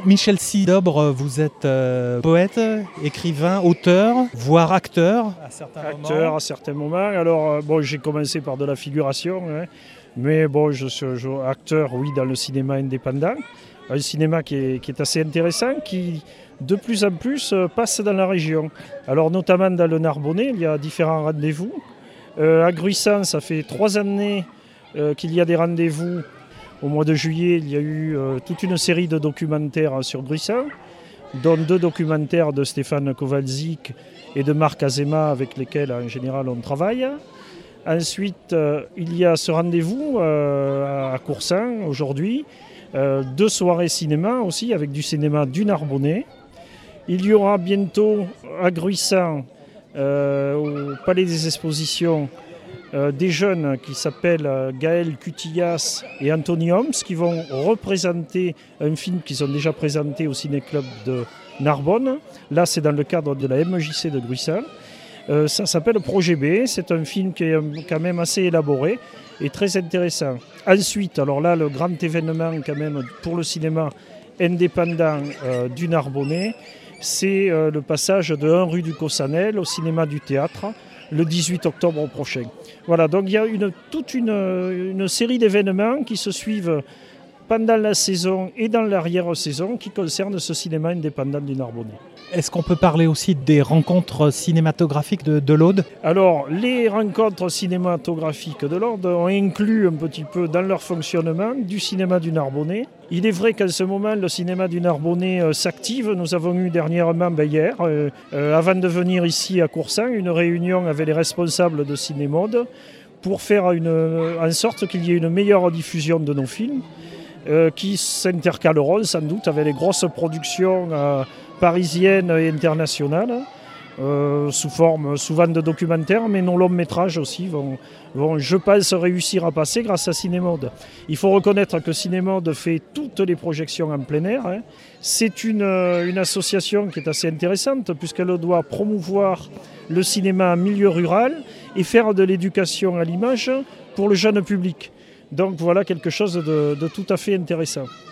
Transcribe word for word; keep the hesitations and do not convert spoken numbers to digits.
Michel Sidobre, vous êtes euh, poète, écrivain, auteur, voire acteur à certains acteur moments. Acteur à certains moments. Alors, euh, bon, j'ai commencé par de la figuration, hein, mais bon, je suis je, acteur, oui, dans le cinéma indépendant. Un cinéma qui est, qui est assez intéressant, qui de plus en plus euh, passe dans la région. Alors, notamment dans le Narbonnais, il y a différents rendez-vous. Euh, à Gruissant, ça fait trois années euh, qu'il y a des rendez-vous. Au mois de juillet, il y a eu euh, toute une série de documentaires sur Gruissant, dont deux documentaires de Stéphane Kowalczyk et de Marc Azema, avec lesquels en général on travaille. Ensuite, euh, il y a ce rendez-vous euh, à Coursan aujourd'hui, euh, deux soirées cinéma aussi, avec du cinéma du Narbonnais. Il y aura bientôt à Gruissant, euh, au Palais des Expositions, Euh, des jeunes qui s'appellent euh, Gaël Cutillas et Anthony Homs qui vont représenter un film qu'ils ont déjà présenté au Ciné-Club de Narbonne. Là, c'est dans le cadre de la M J C de Gruissant. Euh, ça s'appelle Projet B. C'est un film qui est euh, quand même assez élaboré et très intéressant. Ensuite, alors là, le grand événement quand même pour le cinéma indépendant euh, du Narbonnais, c'est euh, le passage de un rue du Cossanel au cinéma du Théâtre, le dix-huit octobre prochain. Voilà, donc il y a une, toute une, une série d'événements qui se suivent pendant la saison et dans l'arrière-saison qui concernent ce cinéma indépendant du Narbonnais. Est-ce qu'on peut parler aussi des rencontres cinématographiques de, de l'Aude ? Alors, les rencontres cinématographiques de l'Aude ont inclus un petit peu dans leur fonctionnement du cinéma du Narbonnais. Il est vrai qu'en ce moment, le cinéma du Narbonnais euh, s'active. Nous avons eu dernièrement, ben hier, euh, euh, avant de venir ici à Coursan, une réunion avec les responsables de Cinémode pour faire une, en sorte qu'il y ait une meilleure diffusion de nos films, euh, qui s'intercaleront sans doute avec les grosses productions euh, parisiennes et internationales, euh, sous forme souvent de documentaires, mais nos longs métrages aussi vont, vont, je pense, réussir à passer grâce à Cinémode. Il faut reconnaître que Cinémode fait toutes les projections en plein air. Hein. C'est une, une association qui est assez intéressante puisqu'elle doit promouvoir le cinéma en milieu rural et faire de l'éducation à l'image pour le jeune public. Donc voilà quelque chose de, de tout à fait intéressant.